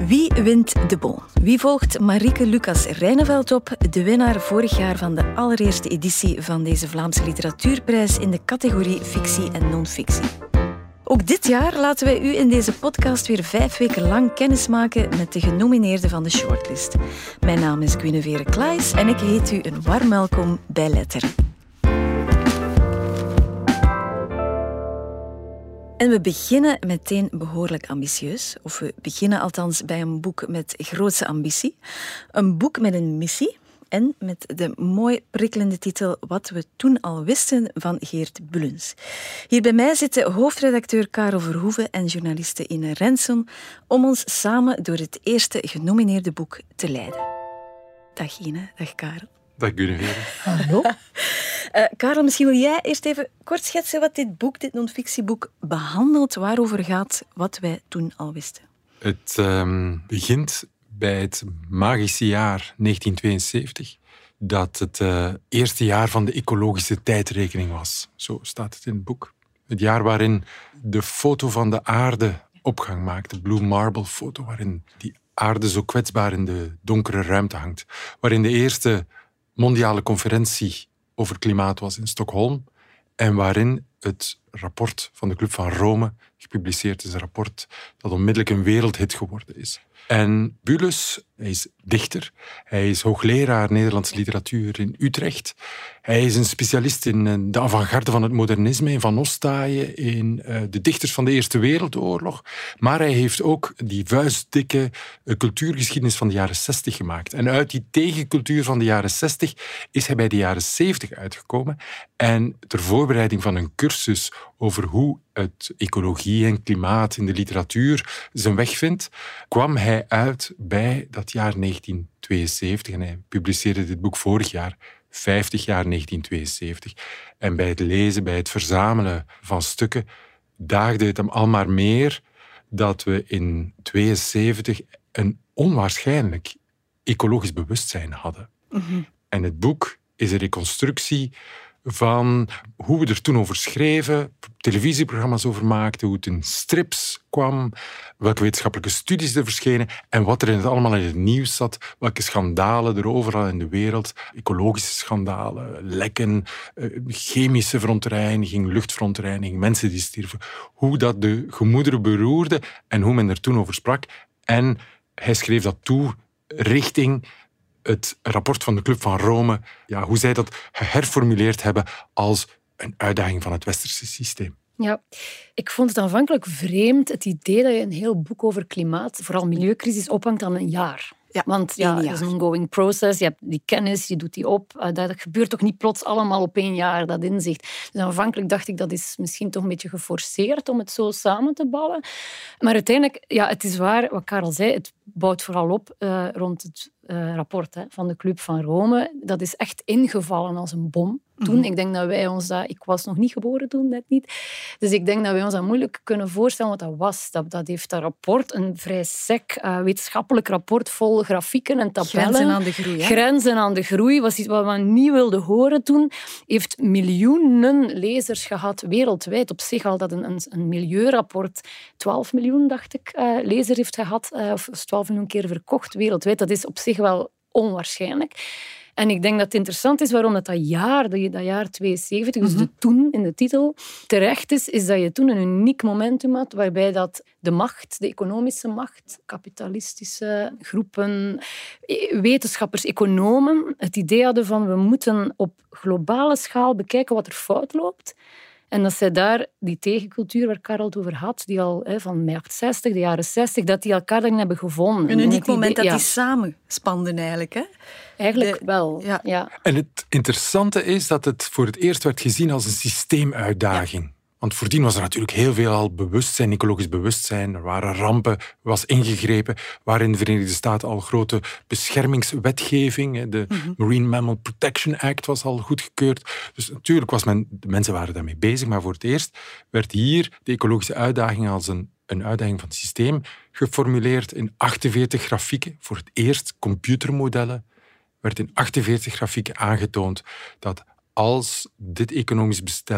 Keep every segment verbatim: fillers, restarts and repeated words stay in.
Wie wint de Bon? Wie volgt Marieke Lucas-Reineveld op, de winnaar vorig jaar van de allereerste editie van deze Vlaamse Literatuurprijs in de categorie fictie en non-fictie? Ook dit jaar laten wij u in deze podcast weer vijf weken lang kennismaken met de genomineerden van de shortlist. Mijn naam is Guinevere Klaes en ik heet u een warm welkom bij Letter. En we beginnen meteen behoorlijk ambitieus. Of we beginnen althans bij een boek met grootse ambitie. Een boek met een missie. En met de mooi prikkelende titel Wat we toen al wisten van Geert Bullens. Hier bij mij zitten hoofdredacteur Karel Verhoeven en journaliste Ine Renson om ons samen door het eerste genomineerde boek te leiden. Dag Ine, dag Karel. Dag Guinevere. Hallo. Uh, Karel, misschien wil jij eerst even kort schetsen wat dit boek, dit non-fictieboek, behandelt, waarover gaat, wat wij toen al wisten. Het um, begint bij het magische jaar negentien tweeënzeventig, dat het uh, eerste jaar van de ecologische tijdrekening was. Zo staat het in het boek. Het jaar waarin de foto van de aarde opgang maakt, de Blue Marble foto, waarin die aarde zo kwetsbaar in de donkere ruimte hangt. Waarin de eerste mondiale conferentie over klimaat was in Stockholm en waarin het rapport van de Club van Rome gepubliceerd is. Een rapport dat onmiddellijk een wereldhit geworden is. En Bullens, hij is dichter, hij is hoogleraar Nederlandse literatuur in Utrecht. Hij is een specialist in de avant-garde van het modernisme, in Van Ostaaien, in uh, de dichters van de Eerste Wereldoorlog. Maar hij heeft ook die vuistdikke uh, cultuurgeschiedenis van de jaren zestig gemaakt. En uit die tegencultuur van de jaren zestig is hij bij de jaren zeventig uitgekomen. En ter voorbereiding van een cursus over hoe het ecologie en klimaat in de literatuur zijn weg vindt, kwam hij uit bij dat jaar negentien tweeënzeventig. En hij publiceerde dit boek vorig jaar, vijftig jaar negentien tweeënzeventig. En bij het lezen, bij het verzamelen van stukken, daagde het hem al maar meer dat we in tweeënzeventig een onwaarschijnlijk ecologisch bewustzijn hadden. Mm-hmm. En het boek is een reconstructie van hoe we er toen over schreven, televisieprogramma's over maakten, hoe het in strips kwam, welke wetenschappelijke studies er verschenen en wat er in het allemaal in het nieuws zat, welke schandalen er overal in de wereld, ecologische schandalen, lekken, chemische verontreiniging, luchtverontreiniging, mensen die stierven, hoe dat de gemoederen beroerde en hoe men er toen over sprak. En hij schreef dat toe richting het rapport van de Club van Rome, ja, hoe zij dat geherformuleerd hebben als een uitdaging van het westerse systeem. Ja, ik vond het aanvankelijk vreemd, het idee dat je een heel boek over klimaat, vooral milieucrisis, ophangt aan een jaar. Ja, want ja, het is een ongoing process, je hebt die kennis, je doet die op. Dat gebeurt toch niet plots allemaal op één jaar, dat inzicht. Dus aanvankelijk dacht ik, dat is misschien toch een beetje geforceerd om het zo samen te ballen. Maar uiteindelijk, ja, het is waar, wat Karel zei, het bouwt vooral op uh, rond het uh, rapport hè, van de Club van Rome. Dat is echt ingevallen als een bom. Toen, mm-hmm. ik denk dat wij ons dat... Ik was nog niet geboren toen, net niet. Dus ik denk dat wij ons dat moeilijk kunnen voorstellen wat dat was. Dat, dat heeft dat rapport, een vrij sec uh, wetenschappelijk rapport vol grafieken en tabellen. Grenzen aan de groei. Hè? Grenzen aan de groei was iets wat we niet wilden horen toen. Heeft miljoenen lezers gehad wereldwijd. Op zich al dat een, een, een milieurapport twaalf miljoen, dacht ik, uh, lezers heeft gehad. Uh, of twaalf miljoen keer verkocht wereldwijd. Dat is op zich wel onwaarschijnlijk. En ik denk dat het interessant is waarom dat, dat jaar, dat jaar tweeënzeventig, dus mm-hmm. de toen in de titel, terecht is, is dat je toen een uniek momentum had waarbij dat de macht, de economische macht, kapitalistische groepen, wetenschappers, economen, het idee hadden van we moeten op globale schaal bekijken wat er fout loopt. En dat zij daar, die tegencultuur waar Karel het over had, die al hè, van mei zestig, de jaren zestig, dat die elkaar daarin hebben gevonden. Een uniek moment dat ja. die samenspanden eigenlijk. Hè? Eigenlijk de, wel, ja. ja. En het interessante is dat het voor het eerst werd gezien als een systeemuitdaging. Ja. Want voordien was er natuurlijk heel veel al bewustzijn, ecologisch bewustzijn. Er waren rampen, er was ingegrepen. Waar in de Verenigde Staten al grote beschermingswetgeving, de mm-hmm. Marine Mammal Protection Act was al goedgekeurd. Dus natuurlijk was men, de mensen waren daarmee bezig, maar voor het eerst werd hier de ecologische uitdaging als een, een uitdaging van het systeem geformuleerd in achtenveertig grafieken. Voor het eerst computermodellen werd in achtenveertig grafieken aangetoond dat als dit economisch bestel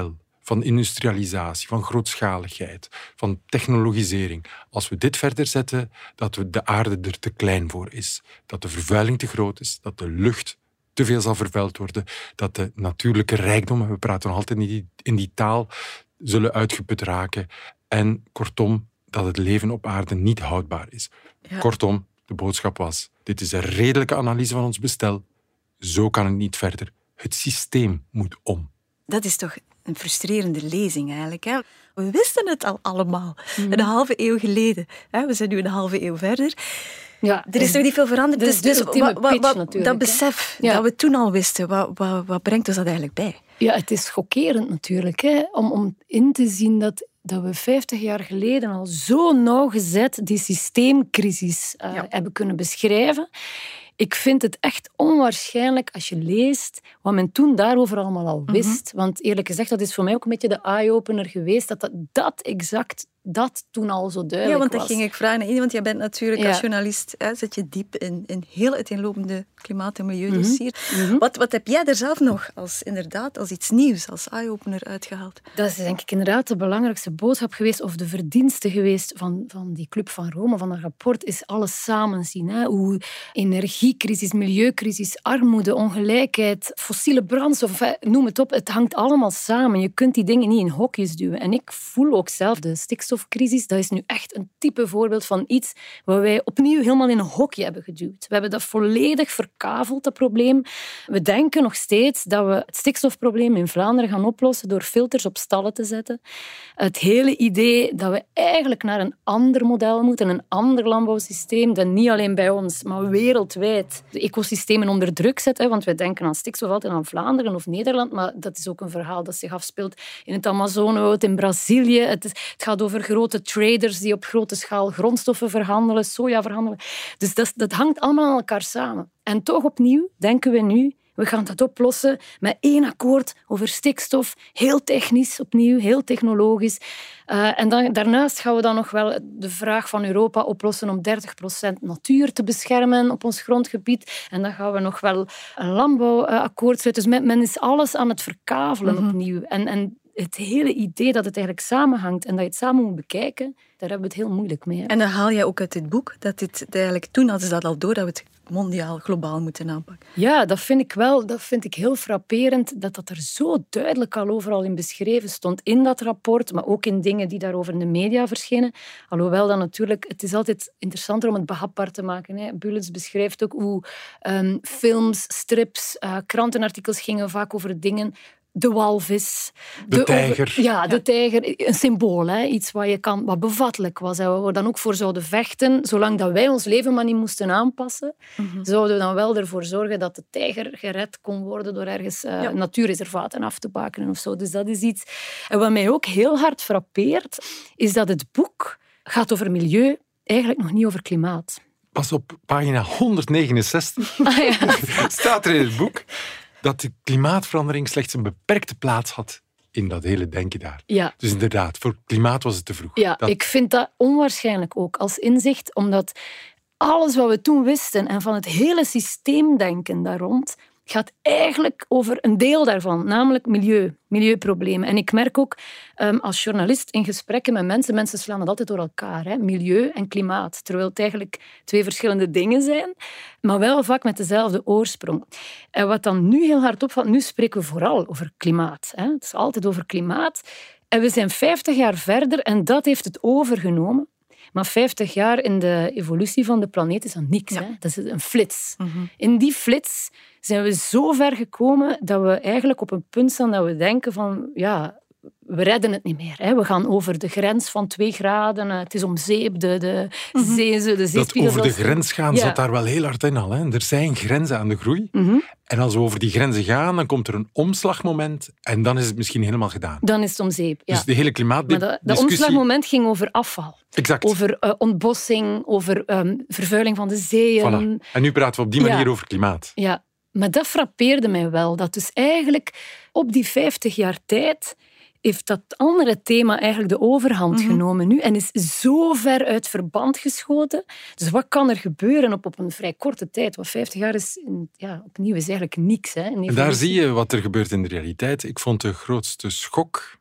van industrialisatie, van grootschaligheid, van technologisering. Als we dit verder zetten, dat we de aarde er te klein voor is. Dat de vervuiling te groot is, dat de lucht te veel zal vervuild worden, dat de natuurlijke rijkdommen, we praten nog altijd in die, in die taal, zullen uitgeput raken. En kortom, dat het leven op aarde niet houdbaar is. Ja. Kortom, de boodschap was, dit is een redelijke analyse van ons bestel. Zo kan het niet verder. Het systeem moet om. Dat is toch een frustrerende lezing eigenlijk. Hè? We wisten het al allemaal, mm. een halve eeuw geleden. We zijn nu een halve eeuw verder. Ja, er is nog niet veel veranderd. Dus, dus, dus wat, wat, wat, dat besef ja. dat we toen al wisten, wat, wat, wat brengt ons dat eigenlijk bij? Ja, het is schokkerend natuurlijk. Hè? Om, om in te zien dat, dat we vijftig jaar geleden al zo nauwgezet die systeemcrisis uh, ja. hebben kunnen beschrijven. Ik vind het echt onwaarschijnlijk als je leest wat men toen daarover allemaal al wist. Mm-hmm. Want eerlijk gezegd, dat is voor mij ook een beetje de eye-opener geweest, dat dat, dat exact dat toen al zo duidelijk was. Ja, want dat was. ging ik vragen. Want jij bent natuurlijk ja. als journalist, hè, zit je diep in, in heel uiteenlopende klimaat- en milieudossier. Mm-hmm. Wat, wat heb jij er zelf nog als, inderdaad, als iets nieuws, als eye-opener uitgehaald? Dat is denk ik inderdaad de belangrijkste boodschap geweest, of de verdienste geweest van, van die Club van Rome, van dat rapport, is alles samen zien. Hè? Hoe energiecrisis, milieucrisis, armoede, ongelijkheid, fossiele brandstof, noem het op. Het hangt allemaal samen. Je kunt die dingen niet in hokjes duwen. En ik voel ook zelf de stikstofcrisis. Dat is nu echt een type voorbeeld van iets wat wij opnieuw helemaal in een hokje hebben geduwd. We hebben dat volledig verkaveld, dat probleem. We denken nog steeds dat we het stikstofprobleem in Vlaanderen gaan oplossen door filters op stallen te zetten. Het hele idee dat we eigenlijk naar een ander model moeten, een ander landbouwsysteem, dat niet alleen bij ons, maar wereldwijd de ecosystemen onder druk zet. Hè, want wij denken aan stikstof altijd aan Vlaanderen of Nederland, maar dat is ook een verhaal dat zich afspeelt in het Amazonewoud, in Brazilië. Het, is, het gaat over grote traders die op grote schaal grondstoffen verhandelen, soja verhandelen. Dus dat, dat hangt allemaal aan elkaar samen. En toch opnieuw denken we nu, we gaan dat oplossen met één akkoord over stikstof. Heel technisch opnieuw, heel technologisch. Uh, en dan, daarnaast gaan we dan nog wel de vraag van Europa oplossen om dertig procent natuur te beschermen op ons grondgebied. En dan gaan we nog wel een landbouwakkoord sluiten. Dus men, men is alles aan het verkavelen mm-hmm. opnieuw. En, en het hele idee dat het eigenlijk samenhangt en dat je het samen moet bekijken, daar hebben we het heel moeilijk mee. Hè? En dan haal jij ook uit dit boek dat dit eigenlijk, toen hadden ze dat al door, dat we het mondiaal, globaal moeten aanpakken. Ja, dat vind ik wel, dat vind ik heel frapperend, dat dat er zo duidelijk al overal in beschreven stond, in dat rapport, maar ook in dingen die daarover in de media verschenen. Alhoewel dan natuurlijk, het is altijd interessanter om het behapbaar te maken. Hè. Bullets beschrijft ook hoe um, films, strips, uh, krantenartikels gingen vaak over dingen. De walvis. De, de tijger. Over, ja, de ja. tijger. Een symbool. Hè? Iets wat, je kan, wat bevattelijk was. En waar we dan ook voor zouden vechten. Zolang dat wij ons leven maar niet moesten aanpassen, mm-hmm. zouden we dan wel ervoor zorgen dat de tijger gered kon worden door ergens uh, ja. natuurreservaten af te bakenen of zo. Dus dat is iets. En wat mij ook heel hard frappeert, is dat het boek gaat over milieu, eigenlijk nog niet over klimaat. Pas op pagina honderdnegenenzestig ah, ja. staat er in het boek dat de klimaatverandering slechts een beperkte plaats had in dat hele denken daar. Ja. Dus inderdaad, voor klimaat was het te vroeg. Ja, dat... ik vind dat onwaarschijnlijk ook als inzicht, omdat alles wat we toen wisten en van het hele systeemdenken daar rond gaat eigenlijk over een deel daarvan, namelijk milieu, milieuproblemen. En ik merk ook um, als journalist in gesprekken met mensen, mensen slaan het altijd door elkaar, hè, milieu en klimaat, terwijl het eigenlijk twee verschillende dingen zijn, maar wel vaak met dezelfde oorsprong. En wat dan nu heel hard opvalt, nu spreken we vooral over klimaat. Hè. Het is altijd over klimaat. En we zijn vijftig jaar verder en dat heeft het overgenomen. Maar vijftig jaar in de evolutie van de planeet is dan niks. Ja. Hè? Dat is een flits. Mm-hmm. In die flits zijn we zo ver gekomen dat we eigenlijk op een punt staan dat we denken van, ja, we redden het niet meer. Hè? We gaan over de grens van twee graden. Het is om zeep, de, de mm-hmm. zee, de zeespiegel. Dat over de grens gaan ja. zat daar wel heel hard in al. Hè? Er zijn grenzen aan de groei. Mm-hmm. En als we over die grenzen gaan, dan komt er een omslagmoment en dan is het misschien helemaal gedaan. Dan is het om zeep, ja. Dus de hele klimaatdiscussie... Maar dat omslagmoment ging over afval. Exact. Over uh, ontbossing, over um, vervuiling van de zeeën. Voilà. En nu praten we op die manier ja. over klimaat. Ja, maar dat frappeerde mij wel. Dat dus eigenlijk op die vijftig jaar tijd heeft dat andere thema eigenlijk de overhand mm-hmm. genomen nu en is zo ver uit verband geschoten. Dus wat kan er gebeuren op, op een vrij korte tijd? Want vijftig jaar is ja, opnieuw is eigenlijk niks. Hè, en daar zie je wat er gebeurt in de realiteit. Ik vond de grootste schok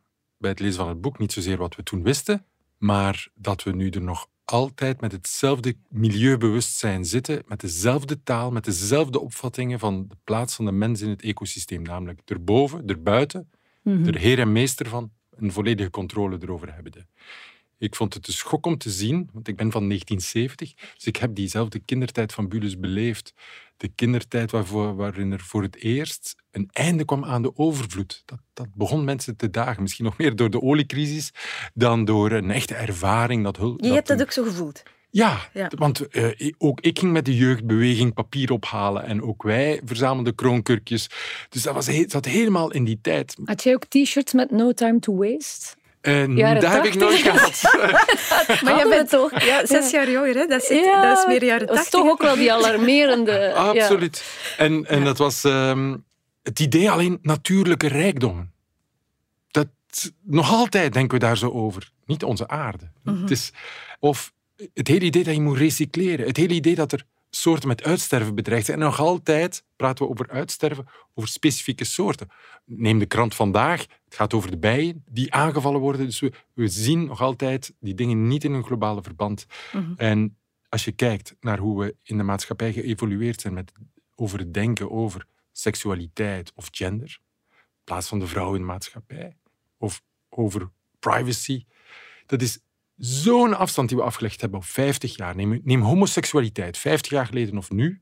bij het lezen van het boek, niet zozeer wat we toen wisten, maar dat we nu er nog altijd met hetzelfde milieubewustzijn zitten, met dezelfde taal, met dezelfde opvattingen van de plaats van de mens in het ecosysteem. Namelijk erboven, erbuiten, mm-hmm. er heer en meester van, een volledige controle erover hebben. Ik vond het een schok om te zien, want ik ben van negentien zeventig, dus ik heb diezelfde kindertijd van Bulis beleefd. De kindertijd waarvoor, waarin er voor het eerst een einde kwam aan de overvloed. Dat, dat begon mensen te dagen. Misschien nog meer door de oliecrisis dan door een echte ervaring. Dat hul, Je dat hebt dat een... ook zo gevoeld? Ja, ja. want uh, ook ik ging met de jeugdbeweging papier ophalen en ook wij verzamelden kroonkurkjes. Dus dat was he- zat helemaal in die tijd. Had jij ook t-shirts met No Time to Waste? Uh, dat heb ik nooit gehad. Maar jij bent toch ja, zes jaar jonger, hè? Dat, zit, ja, dat is meer jaren tachtig. Dat is toch ook wel die alarmerende... Absoluut. Ja. En, en ja. dat was um, het idee alleen natuurlijke rijkdommen. Dat, nog altijd denken we daar zo over. Niet onze aarde. Mm-hmm. Het is, of het hele idee dat je moet recycleren. Het hele idee dat er soorten met uitsterven bedreigd zijn. En nog altijd praten we over uitsterven, over specifieke soorten. Neem de krant Vandaag. Het gaat over de bijen die aangevallen worden. Dus we, we zien nog altijd die dingen niet in een globale verband. Mm-hmm. En als je kijkt naar hoe we in de maatschappij geëvolueerd zijn met, over het denken over seksualiteit of gender, in plaats van de vrouw in de maatschappij, of over privacy, dat is zo'n afstand die we afgelegd hebben op vijftig jaar. Neem, neem homoseksualiteit, vijftig jaar geleden of nu.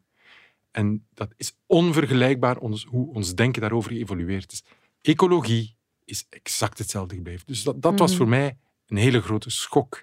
En dat is onvergelijkbaar ons, hoe ons denken daarover geëvolueerd is. Ecologie is exact hetzelfde gebleven. Dus dat, dat mm. was voor mij een hele grote schok.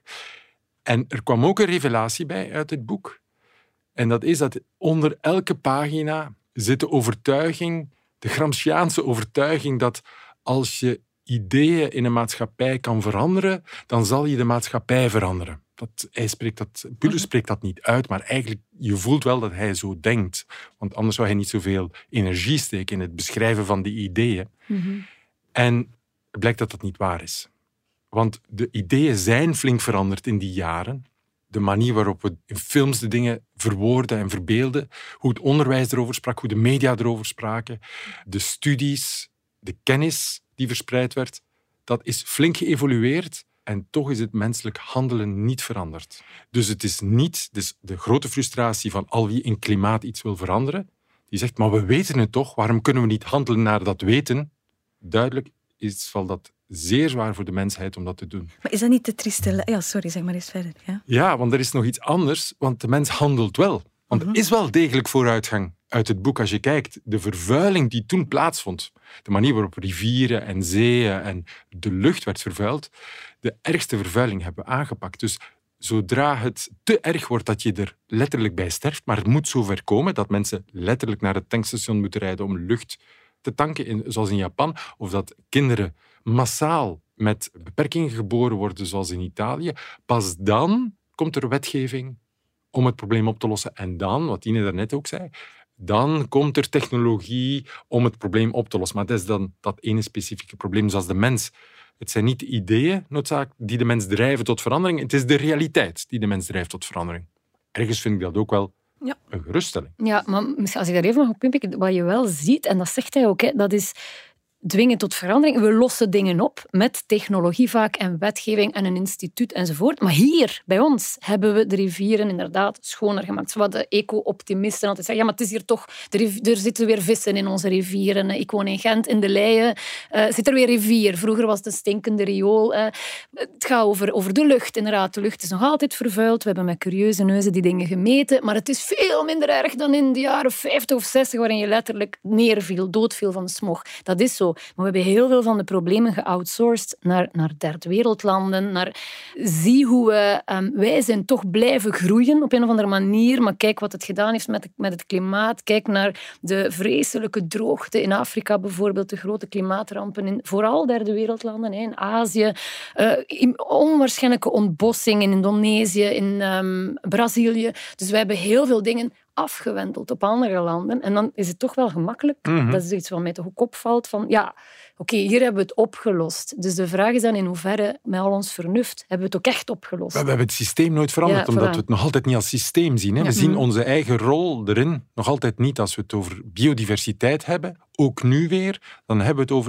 En er kwam ook een revelatie bij uit het boek. En dat is dat onder elke pagina zit de overtuiging, de Gramsciaanse overtuiging, dat als je ideeën in een maatschappij kan veranderen, dan zal je de maatschappij veranderen. Dat, hij spreekt dat, Bulis spreekt dat niet uit, maar eigenlijk, je voelt wel dat hij zo denkt. Want anders zou hij niet zoveel energie steken in het beschrijven van die ideeën. Mm-hmm. En het blijkt dat dat niet waar is. Want de ideeën zijn flink veranderd in die jaren. De manier waarop we in films de dingen verwoorden en verbeelden, hoe het onderwijs erover sprak, hoe de media erover spraken, de studies, de kennis die verspreid werd, dat is flink geëvolueerd en toch is het menselijk handelen niet veranderd. Dus het is niet dus de grote frustratie van al wie in klimaat iets wil veranderen, die zegt, maar we weten het toch, waarom kunnen we niet handelen naar dat weten? Duidelijk is wel dat zeer zwaar voor de mensheid om dat te doen. Maar is dat niet te trieste? Ja, sorry, zeg maar eens verder. Ja, ja, want er is nog iets anders, want de mens handelt wel. Want er is wel degelijk vooruitgang uit het boek als je kijkt. De vervuiling die toen plaatsvond, de manier waarop rivieren en zeeën en de lucht werd vervuild, de ergste vervuiling hebben we aangepakt. Dus zodra het te erg wordt dat je er letterlijk bij sterft, maar het moet zover komen dat mensen letterlijk naar het tankstation moeten rijden om lucht te tanken, in, zoals in Japan, of dat kinderen massaal met beperkingen geboren worden, zoals in Italië, pas dan komt er wetgeving om het probleem op te lossen. En dan, wat Tine daarnet ook zei, dan komt er technologie om het probleem op te lossen. Maar dat is dan dat ene specifieke probleem, zoals de mens. Het zijn niet de ideeën noodzaak die de mens drijven tot verandering. Het is de realiteit die de mens drijft tot verandering. Ergens vind ik dat ook wel ja. een geruststelling. Ja, maar als ik daar even mag op inpikken, wat je wel ziet, en dat zegt hij ook, hè, dat is dwingen tot verandering. We lossen dingen op met technologie vaak en wetgeving en een instituut enzovoort. Maar hier, bij ons, hebben we de rivieren inderdaad schoner gemaakt. Wat de eco-optimisten altijd zeggen. Ja, maar het is hier toch... Er zitten weer vissen in onze rivieren. Ik woon in Gent, in de Leie. Uh, zit er weer rivier. Vroeger was het een stinkende riool. Uh, het gaat over, over de lucht, inderdaad. De lucht is nog altijd vervuild. We hebben met curieuze neuzen die dingen gemeten. Maar het is veel minder erg dan in de jaren vijftig of zestig, waarin je letterlijk neerviel, doodviel van de smog. Dat is zo. Maar we hebben heel veel van de problemen geoutsourced naar, naar derde-wereldlanden. Naar, zie hoe we... Um, wij zijn toch blijven groeien op een of andere manier. Maar kijk wat het gedaan heeft met, met het klimaat. Kijk naar de vreselijke droogte in Afrika bijvoorbeeld. De grote klimaatrampen in vooral derde-wereldlanden. In Azië. Uh, onwaarschijnlijke ontbossing in Indonesië, in um, Brazilië. Dus wij hebben heel veel dingen afgewendeld op andere landen. En dan is het toch wel gemakkelijk. Mm-hmm. Dat is iets wat mij toch ook opvalt. Van, ja, oké, okay, hier hebben we het opgelost. Dus de vraag is dan in hoeverre, met al ons vernuft, hebben we het ook echt opgelost. We hebben het systeem nooit veranderd, ja, omdat voilà. we het nog altijd niet als systeem zien. Hè? We ja. zien onze eigen rol erin nog altijd niet. Als we het over biodiversiteit hebben, ook nu weer, dan hebben we het over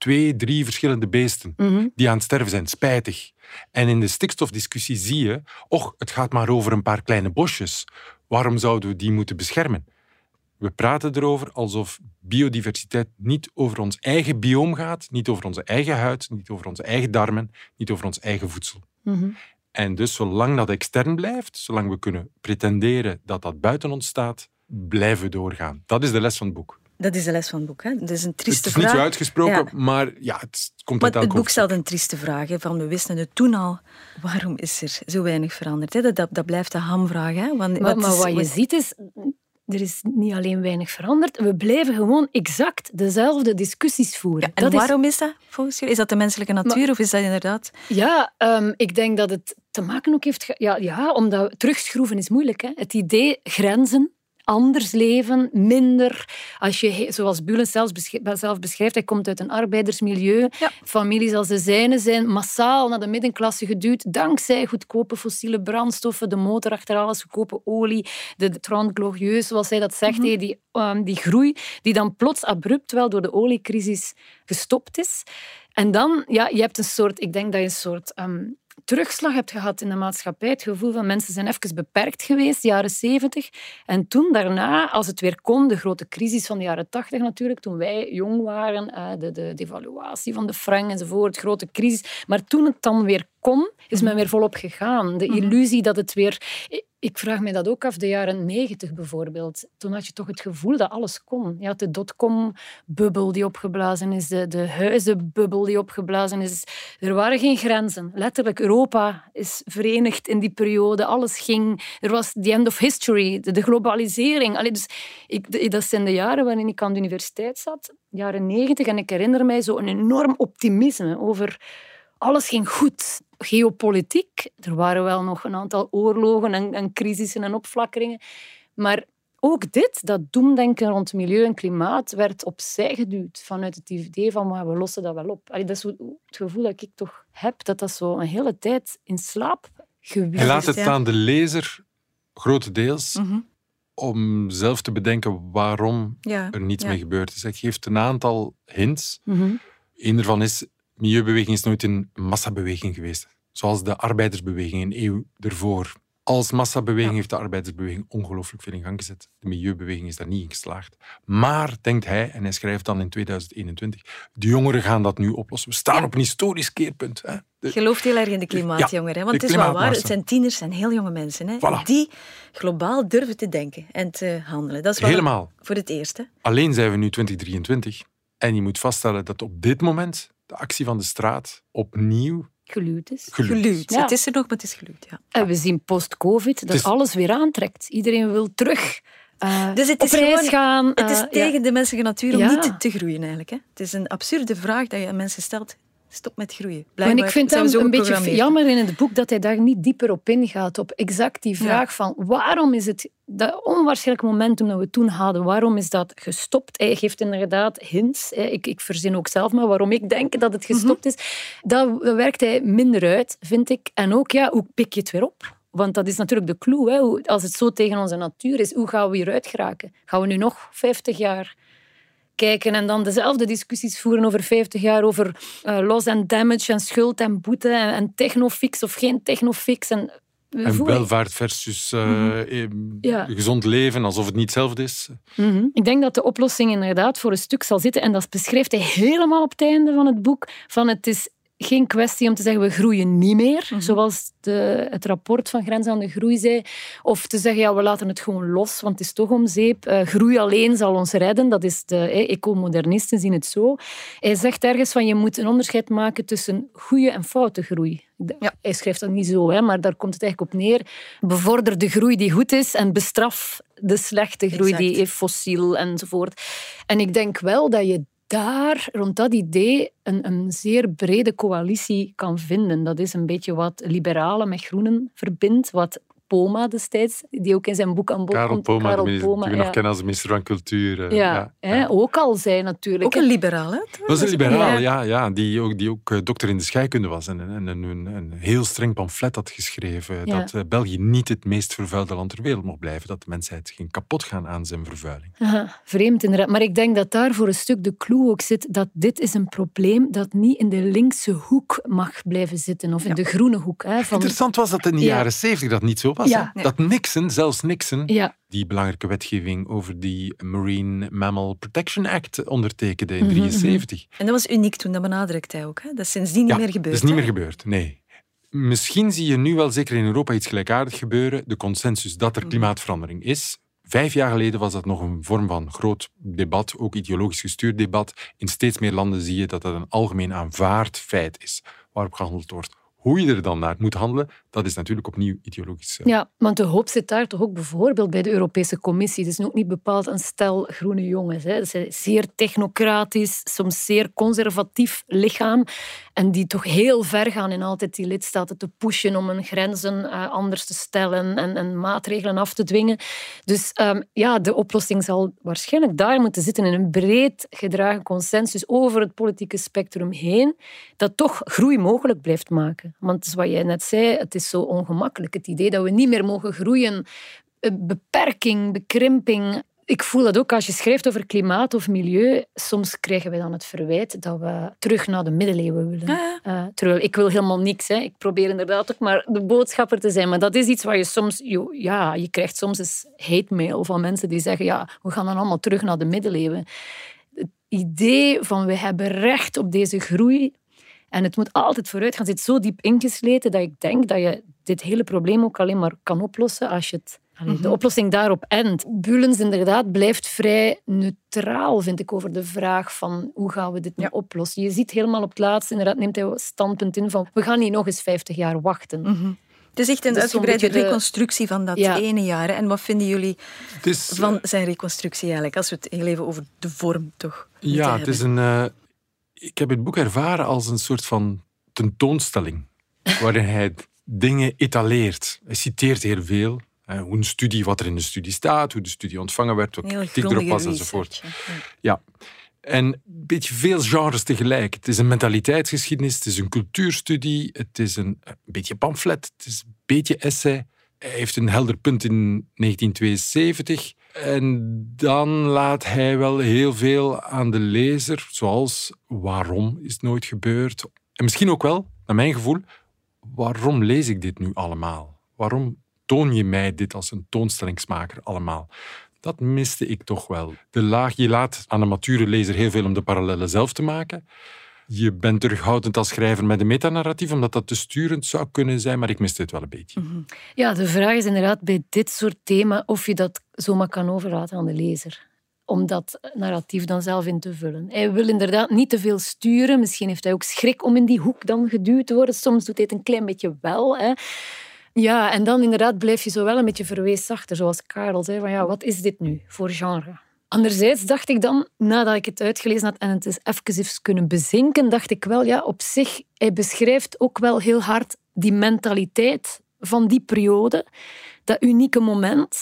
twee, drie verschillende beesten Mm-hmm. die aan het sterven zijn. Spijtig. En in de stikstofdiscussie zie je, och, het gaat maar over een paar kleine bosjes. Waarom zouden we die moeten beschermen? We praten erover alsof biodiversiteit niet over ons eigen bioom gaat, niet over onze eigen huid, niet over onze eigen darmen, niet over ons eigen voedsel. Mm-hmm. En dus zolang dat extern blijft, zolang we kunnen pretenderen dat dat buiten ons staat, blijven we doorgaan. Dat is de les van het boek. Dat is de les van het boek. Hè? Dat is een trieste Het is vraag. niet zo uitgesproken, Ja. maar ja, het komt Maar uit elk het boek hoofdstuk. stelt een trieste vraag. Hè, van we wisten het toen al. Waarom is er zo weinig veranderd? Hè? Dat, dat, dat blijft de hamvraag. Hè? Want, Maar, maar is- wat je ziet is, er is niet alleen weinig veranderd, we blijven gewoon exact dezelfde discussies voeren. En dat waarom is dat volgens jullie? Is dat de menselijke natuur Maar- of is dat inderdaad... Is, ja, um, ik denk dat het te maken ook heeft... ge- Ja, ja, omdat terugschroeven is moeilijk. Hè? Het idee grenzen, anders leven, minder. Als je, he- zoals Bulen zelf, besch- zelf beschrijft, hij komt uit een arbeidersmilieu. Ja. Families als de zijne zijn massaal naar de middenklasse geduwd, dankzij goedkope fossiele brandstoffen, de motor achter alles, goedkope olie, de, de trente glorieux, zoals hij dat zegt, Mhm. hè, die, um, die groei, die dan plots abrupt wel door de oliecrisis gestopt is. En dan, ja, je hebt een soort, ik denk dat je een soort... Um, terugslag hebt gehad in de maatschappij. Het gevoel van mensen zijn even beperkt geweest, de jaren zeventig. En toen daarna, als het weer kon, de grote crisis van de jaren tachtig natuurlijk, toen wij jong waren, eh, de, de devaluatie van de frank enzovoort, grote crisis. Maar toen het dan weer kon, is men weer volop gegaan. De illusie dat het weer... Ik vraag me dat ook af, de jaren negentig bijvoorbeeld. Toen had je toch het gevoel dat alles kon. Je had de dotcom-bubbel die opgeblazen is, de, de huizenbubbel die opgeblazen is. Er waren geen grenzen. Letterlijk, Europa is verenigd in die periode. Alles ging... Er was the end of history, de, de globalisering. Allee, dus ik, dat zijn de jaren waarin ik aan de universiteit zat, jaren negentig, en ik herinner mij zo een enorm optimisme over... Alles ging goed. Geopolitiek, er waren wel nog een aantal oorlogen en, en crisissen en opflakkeringen. Maar ook dit, dat doemdenken rond milieu en klimaat, werd opzij geduwd vanuit het idee van maar we lossen dat wel op. Allee, dat is het gevoel dat ik toch heb, dat dat zo een hele tijd in slaap gewierd is. Hij laat het ja. aan de lezer, grotendeels, Mhm. om zelf te bedenken waarom Ja. er niets Ja. mee gebeurd is. Hij geeft een aantal hints. Mhm. Eén daarvan is, milieubeweging is nooit een massabeweging geweest. Zoals de arbeidersbeweging een eeuw ervoor. Als massabeweging Ja. heeft de arbeidersbeweging ongelooflijk veel in gang gezet. De milieubeweging is daar niet in geslaagd. Maar, denkt hij, en hij schrijft dan in tweeduizend eenentwintig, de jongeren gaan dat nu oplossen. We staan op een historisch keerpunt. Hè. De- Gelooft heel erg in de klimaatjongeren. hè? Want de het is wel waar, klimaatmassa. het zijn tieners, het zijn heel jonge mensen. Hè? Voilà. Die globaal durven te denken en te handelen. Dat is wel Helemaal. voor het eerste. Alleen zijn we nu twintig drieëntwintig. En je moet vaststellen dat op dit moment de actie van de straat opnieuw Geluwd is. gelukt is. Geluwd. Ja. Het is er nog, maar het is geluwd. Ja. En we zien post-covid dat Het is- alles weer aantrekt. Iedereen wil terug uh, Dus het is op reis gewoon- gaan. Het is uh, tegen ja. de menselijke natuur om Ja. niet te groeien eigenlijk. Hè? Het is een absurde vraag dat je aan mensen stelt. Stop met groeien. Maar Blijkbaar ik vind zijn we het zo een beetje geprogrammeerd. jammer in het boek dat hij daar niet dieper op ingaat. Op exact die vraag van waarom is het dat onwaarschijnlijk momentum dat we toen hadden, waarom is dat gestopt? Hij geeft inderdaad hints. Ik, ik verzin ook zelf maar waarom ik denk dat het gestopt is. Dat, dat werkt hij minder uit, vind ik. En ook, ja, hoe pik je het weer op? Want dat is natuurlijk de clue. Hè? Hoe, als het zo tegen onze natuur is, hoe gaan we hieruit geraken? Gaan we nu nog vijftig jaar kijken en dan dezelfde discussies voeren over vijftig jaar over uh, loss and damage en schuld en boete en, en technofix of geen technofix. En, En voeren- welvaart versus uh, Mm-hmm. Ja. gezond leven, alsof het niet hetzelfde is. Mm-hmm. Ik denk dat de oplossing inderdaad voor een stuk zal zitten, en dat beschrijft hij helemaal op het einde van het boek, van het is geen kwestie om te zeggen we groeien niet meer, Mhm. zoals de, het rapport van Grenzen aan de Groei zei, of te zeggen ja, we laten het gewoon los, want het is toch om zeep. Uh, groei alleen zal ons redden, dat is de eh, ecomodernisten zien het zo. Hij zegt ergens van je moet een onderscheid maken tussen goede en foute groei. Ja. Hij schrijft dat niet zo, hè, maar daar komt het eigenlijk op neer. Bevorder de groei die goed is en bestraf de slechte groei Exact. die fossiel enzovoort. En ik denk wel dat je daar, rond dat idee, een, een zeer brede coalitie kan vinden. Dat is een beetje wat liberalen met groenen verbindt, wat Poma destijds, die ook in zijn boek aan bod Karel komt. Poma, Karel die we Poma, nog ja. kennen als minister van Cultuur. Uh, Ja, ja, hè, ja. ook al zei natuurlijk. Ook een liberaal, hè? Dat was een liberaal, Ja. ja, ja, die ook, die ook uh, dokter in de scheikunde was en, en een, een, een heel streng pamflet had geschreven Ja. dat uh, België niet het meest vervuilde land ter wereld mocht blijven, dat de mensheid ging kapot gaan aan zijn vervuiling. Aha, vreemd inderdaad. Maar ik denk dat daar voor een stuk de clue ook zit dat dit is een probleem dat niet in de linkse hoek mag blijven zitten of in Ja. de groene hoek. Hè, van... Interessant was dat in de Ja. jaren zeventig dat niet zo was. Ja. Hè? Dat Nixon, zelfs Nixon, Ja. die belangrijke wetgeving over die Marine Mammal Protection Act ondertekende in negentien drieënzeventig. En dat was uniek toen, dat benadrukt hij ook. Hè? Dat is sindsdien niet Ja, meer gebeurd. dat is niet hè? meer gebeurd, nee. Misschien zie je nu wel, zeker in Europa, iets gelijkaardigs gebeuren. De consensus dat er klimaatverandering is. Vijf jaar geleden was dat nog een vorm van groot debat, ook ideologisch gestuurd debat. In steeds meer landen zie je dat dat een algemeen aanvaard feit is, waarop gehandeld wordt. Hoe je er dan naar moet handelen, dat is natuurlijk opnieuw ideologisch. Ja, want de hoop zit daar toch ook bijvoorbeeld bij de Europese Commissie. Het is ook niet bepaald een stel groene jongens. Hè. Het is een zeer technocratisch, soms zeer conservatief lichaam. En die toch heel ver gaan in altijd die lidstaten te pushen om hun grenzen uh, anders te stellen en, en maatregelen af te dwingen. Dus um, ja, de oplossing zal waarschijnlijk daar moeten zitten in een breed gedragen consensus over het politieke spectrum heen, dat toch groei mogelijk blijft maken. Want zoals jij net zei, het is zo ongemakkelijk. Het idee dat we niet meer mogen groeien, beperking, bekrimping. Ik voel dat ook als je schrijft over klimaat of milieu. Soms krijgen we dan het verwijt dat we terug naar de middeleeuwen willen. Ja. Uh, terwijl ik wil helemaal niks. Hè. Ik probeer inderdaad ook maar de boodschapper te zijn. Maar dat is iets waar je soms... Ja, je krijgt soms eens hate mail van mensen die zeggen ja, we gaan dan allemaal terug naar de middeleeuwen. Het idee van we hebben recht op deze groei en het moet altijd vooruit gaan, zit zo diep ingesleten dat ik denk dat je dit hele probleem ook alleen maar kan oplossen als je het, allee, de oplossing daarop endt. Bulens inderdaad blijft vrij neutraal, vind ik, over de vraag van hoe gaan we dit nu Ja. oplossen. Je ziet helemaal op het laatst, inderdaad neemt hij standpunt in van we gaan niet nog eens vijftig jaar wachten. Mm-hmm. Het is echt een Dus uitgebreide zo'n beetje de- reconstructie van dat Ja. ene jaar. hè. En wat vinden jullie Het is, van zijn reconstructie eigenlijk? Als we het heel even over de vorm toch moeten ja, het is hebben. een... Uh, ik heb het boek ervaren als een soort van tentoonstelling, waarin hij dingen etaleert. Hij citeert heel veel. Uh, hoe een studie, wat er in de studie staat, hoe de studie ontvangen werd, wat Heel kritiek erop grondige was, research, enzovoort. hè. Ja. Ja. En een beetje veel genres tegelijk. Het is een mentaliteitsgeschiedenis, het is een cultuurstudie, het is een, een beetje pamflet, het is een beetje essay. Hij heeft een helder punt in negentien tweeënzeventig. En dan laat hij wel heel veel aan de lezer, zoals waarom is het nooit gebeurd? En misschien ook wel, naar mijn gevoel, waarom lees ik dit nu allemaal? Waarom toon je mij dit als een toonstellingsmaker allemaal? Dat miste ik toch wel. De laag, je laat aan een mature lezer heel veel om de parallellen zelf te maken. Je bent terughoudend als schrijver met een metanarratief, omdat dat te sturend zou kunnen zijn, maar ik miste het wel een beetje. Mm-hmm. Ja, de vraag is inderdaad bij dit soort thema of je dat zomaar kan overlaten aan de lezer. Om dat narratief dan zelf in te vullen. Hij wil inderdaad niet te veel sturen. Misschien heeft hij ook schrik om in die hoek dan geduwd te worden. Soms doet hij het een klein beetje wel. Hè. Ja, en dan inderdaad blijf je zo wel een beetje verwees achter. Zoals Karel zei, van ja, wat is dit nu voor genre? Anderzijds dacht ik dan, nadat ik het uitgelezen had en het is even eens kunnen bezinken, dacht ik wel, ja, op zich, hij beschrijft ook wel heel hard die mentaliteit van die periode, dat unieke moment,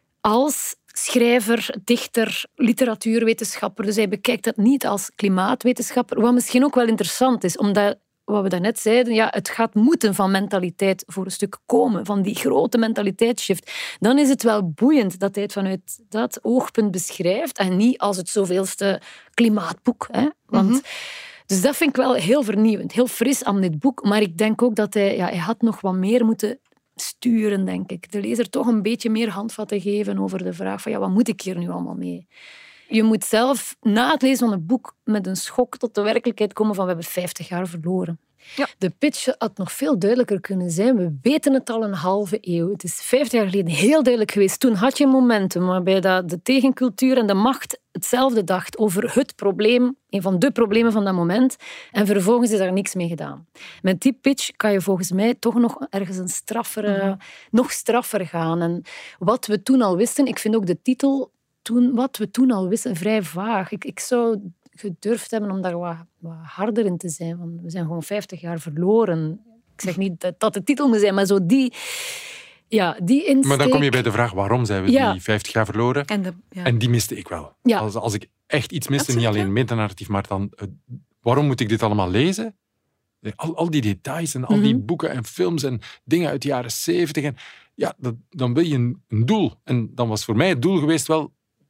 als schrijver, dichter, literatuurwetenschapper. Dus hij bekijkt dat niet als klimaatwetenschapper, wat misschien ook wel interessant is, omdat wat we daarnet zeiden, ja, het gaat moeten van mentaliteit voor een stuk komen, van die grote mentaliteitsshift. Dan is het wel boeiend dat hij het vanuit dat oogpunt beschrijft en niet als het zoveelste klimaatboek. Hè? Want, mm-hmm. Dus dat vind ik wel heel vernieuwend, heel fris aan dit boek. Maar ik denk ook dat hij, ja, hij had nog wat meer moeten sturen, denk ik. De lezer toch een beetje meer handvatten geven over de vraag van ja, wat moet ik hier nu allemaal mee? Je moet zelf na het lezen van het boek met een schok tot de werkelijkheid komen van we hebben vijftig jaar verloren. Ja. De pitch had nog veel duidelijker kunnen zijn. We weten het al een halve eeuw. Het is vijftig jaar geleden heel duidelijk geweest. Toen had je een momentum waarbij dat de tegencultuur en de macht hetzelfde dacht over het probleem, een van de problemen van dat moment. En vervolgens is daar niks mee gedaan. Met die pitch kan je volgens mij toch nog ergens een straffere, mm-hmm. nog straffer gaan. En wat we toen al wisten, ik vind ook de titel Toen, wat we toen al wisten, vrij vaag. Ik, ik zou gedurfd hebben om daar wat, wat harder in te zijn. Want we zijn gewoon vijftig jaar verloren. Ik zeg niet dat dat de titel moet zijn, maar zo die... Ja, die insteek... Maar dan kom je bij de vraag, waarom zijn we Ja. die vijftig jaar verloren? En, de, ja. En die miste ik wel. Ja. Als, als ik echt iets miste, Absoluut, niet alleen ja. metanarratief, maar dan... Uh, waarom moet ik dit allemaal lezen? Al, al die details en al die Mhm. boeken en films en dingen uit de jaren zeventig. En, ja, dat, dan wil je een, een doel. En dan was voor mij het doel geweest wel...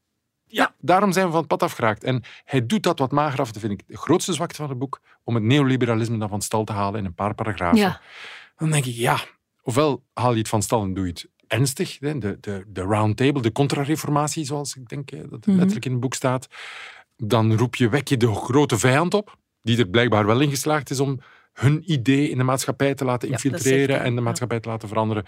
Ja, daarom zijn we van het pad afgeraakt. En hij doet dat wat mager af. Dat vind ik de grootste zwakte van het boek. Om het neoliberalisme dan van stal te halen in een paar paragrafen. Ja. Dan denk ik, ja, ofwel haal je het van stal en doe je het ernstig. De, de, de round table, de contra-reformatie, zoals ik denk dat het Mhm. letterlijk in het boek staat. Dan roep je, wek je de grote vijand op, die er blijkbaar wel in geslaagd is om hun idee in de maatschappij te laten Ja, dat infiltreren zegt hij, en de ja. maatschappij te laten veranderen.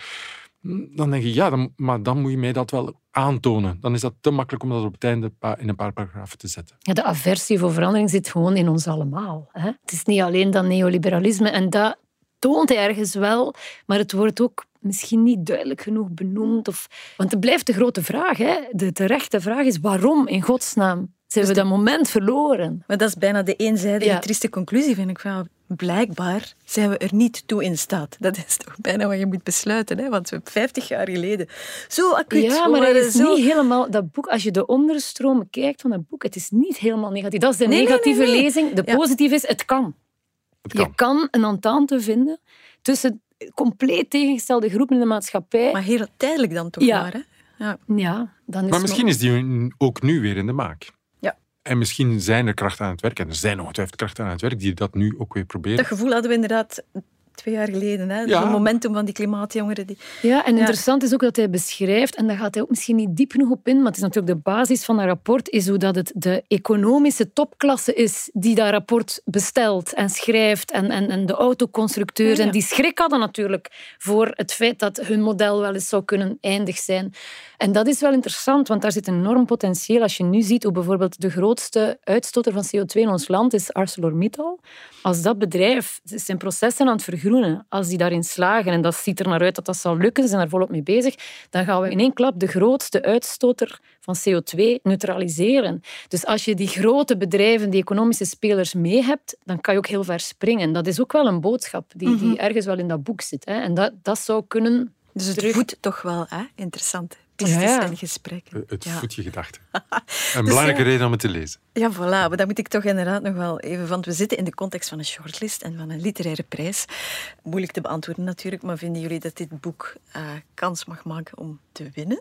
Dan denk ik, ja, dan, maar dan moet je mij dat wel aantonen. Dan is dat te makkelijk om dat op het einde pa- in een paar paragrafen te zetten. Ja, de aversie voor verandering zit gewoon in ons allemaal. Hè? Het is niet alleen dat neoliberalisme en dat toont hij ergens wel, maar het wordt ook misschien niet duidelijk genoeg benoemd. Of... Want het blijft de grote vraag. Hè? De terechte vraag is waarom in godsnaam zijn we dat moment verloren? Maar dat is bijna de eenzijdige, Ja. trieste conclusie, vind ik. Van, blijkbaar zijn we er niet toe in staat. Dat is toch bijna wat je moet besluiten. Hè? Want we vijftig jaar geleden zo acuut Ja, maar waren, het is zo... niet helemaal... Dat boek, als je de onderstroom kijkt van dat boek, het is niet helemaal negatief. Dat is de Nee, nee, negatieve nee, nee. lezing. De Ja. positieve is, het kan. Het kan. Je kan een entente vinden tussen compleet tegengestelde groepen in de maatschappij. Maar heel tijdelijk dan toch Ja. maar. Hè? Ja. Ja, dan is Maar het misschien nog- is die ook nu weer in de maak. Ja. En misschien zijn er krachten aan het werk, en er zijn ongetwijfeld krachten aan het werk, die dat nu ook weer proberen. Dat gevoel hadden we inderdaad twee jaar geleden. Hè? Ja. Het momentum van die klimaatjongeren. Die... Ja, en Ja. interessant is ook dat hij beschrijft, en daar gaat hij ook misschien niet diep genoeg op in, maar het is natuurlijk de basis van dat rapport, is hoe dat het de economische topklasse is die dat rapport bestelt en schrijft, en, en, en de autoconstructeurs. Ja, ja. En die schrik hadden natuurlijk voor het feit dat hun model wel eens zou kunnen eindig zijn. En dat is wel interessant, want daar zit een enorm potentieel. Als je nu ziet hoe bijvoorbeeld de grootste uitstoter van C O twee in ons land is ArcelorMittal. Als dat bedrijf zijn processen aan het vergroenen, als die daarin slagen, en dat ziet er naar uit dat dat zal lukken, ze zijn daar volop mee bezig, dan gaan we in één klap de grootste uitstoter van C O twee neutraliseren. Dus als je die grote bedrijven, die economische spelers mee hebt, dan kan je ook heel ver springen. Dat is ook wel een boodschap die, die Mhm. ergens wel in dat boek zit. Hè. En dat, dat zou kunnen... Dus het Terug. voedt toch wel hè? interessante pistes Ja, ja. en gesprekken. Het Ja. voedt je gedachten. Een belangrijke ja. reden om het te lezen. Ja, voilà. Maar dat moet ik toch inderdaad nog wel even... Want we zitten in de context van een shortlist en van een literaire prijs. Moeilijk te beantwoorden natuurlijk, maar vinden jullie dat dit boek uh, kans mag maken om te winnen?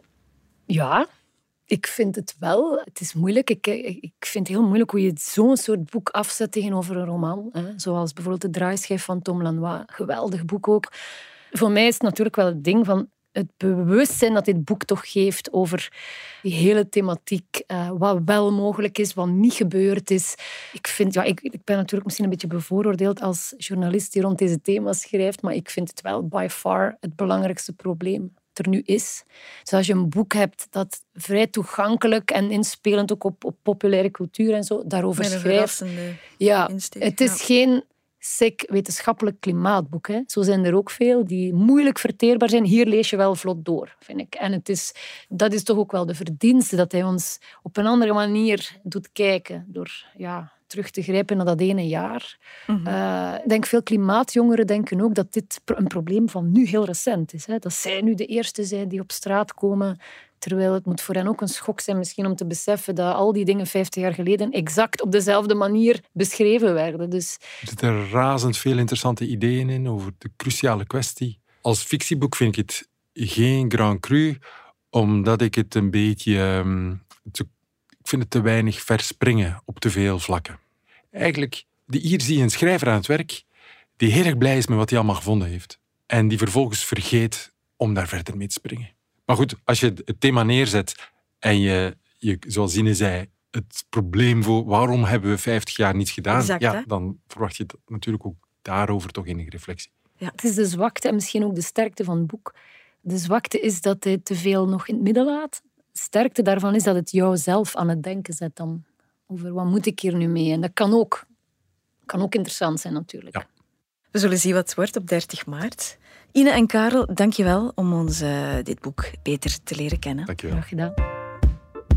Ja, ik vind het wel. Het is moeilijk. Ik, ik vind het heel moeilijk hoe je zo'n soort boek afzet tegenover een roman. Hè. Zoals bijvoorbeeld De Draaischijf van Tom Lanois. Geweldig boek ook. Voor mij is het natuurlijk wel het ding van het bewustzijn dat dit boek toch geeft over die hele thematiek, uh, wat wel mogelijk is, wat niet gebeurd is. Ik, vind, ja, ik, ik ben natuurlijk misschien een beetje bevooroordeeld als journalist die rond deze thema's schrijft, maar ik vind het wel by far het belangrijkste probleem dat er nu is. Dus als je een boek hebt dat vrij toegankelijk en inspelend ook op, op populaire cultuur en zo daarover Met een schrijft. verrassende Ja, insteek. het is Ja. geen sec wetenschappelijk klimaatboek. Hè. Zo zijn er ook veel die moeilijk verteerbaar zijn. Hier lees je wel vlot door, vind ik. En het is, dat is toch ook wel de verdienste, dat hij ons op een andere manier doet kijken. Door ja, terug te grijpen naar dat ene jaar. Mhm. Uh, ik denk veel klimaatjongeren denken ook dat dit een probleem van nu heel recent is. Hè. Dat zij nu de eerste zijn die op straat komen. Terwijl het moet voor hen ook een schok zijn misschien om te beseffen dat al die dingen vijftig jaar geleden exact op dezelfde manier beschreven werden. Dus Er zitten razend veel interessante ideeën in over de cruciale kwestie. Als fictieboek vind ik het geen grand cru, omdat ik het een beetje... Um, te, ik vind het te weinig verspringen op te veel vlakken. Eigenlijk, die, hier zie je een schrijver aan het werk die heel erg blij is met wat hij allemaal gevonden heeft. En die vervolgens vergeet om daar verder mee te springen. Maar goed, als je het thema neerzet en je, je zoals Zine zei, het probleem voor waarom hebben we vijftig jaar niets gedaan, Exact, ja, hè? dan verwacht je natuurlijk ook daarover toch enige reflectie. ja, het is de zwakte en misschien ook de sterkte van het boek. De zwakte is dat hij te veel nog in het midden laat. De sterkte daarvan is dat het jou zelf aan het denken zet dan over wat moet ik hier nu mee. En dat kan ook, kan ook interessant zijn natuurlijk. Ja. We zullen zien wat het wordt op dertig maart. Ine en Karel, dank je wel om ons uh, dit boek beter te leren kennen. Dank je wel. Graag gedaan.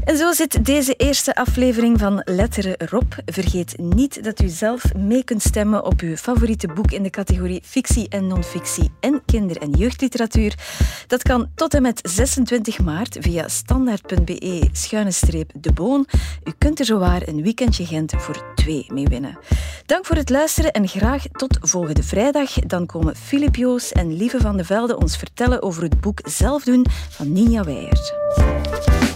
En zo zit deze eerste aflevering van Letteren erop. Vergeet niet dat u zelf mee kunt stemmen op uw favoriete boek in de categorie fictie en non-fictie en kinder- en jeugdliteratuur. Dat kan tot en met zesentwintig maart via standaard.be schuine streep de boon. U kunt er zowaar een weekendje Gent voor twee mee winnen. Dank voor het luisteren en graag tot volgende vrijdag. Dan komen Filip Joos en Lieve van de Velde ons vertellen over het boek Zelfdoen van Ninja Weijers.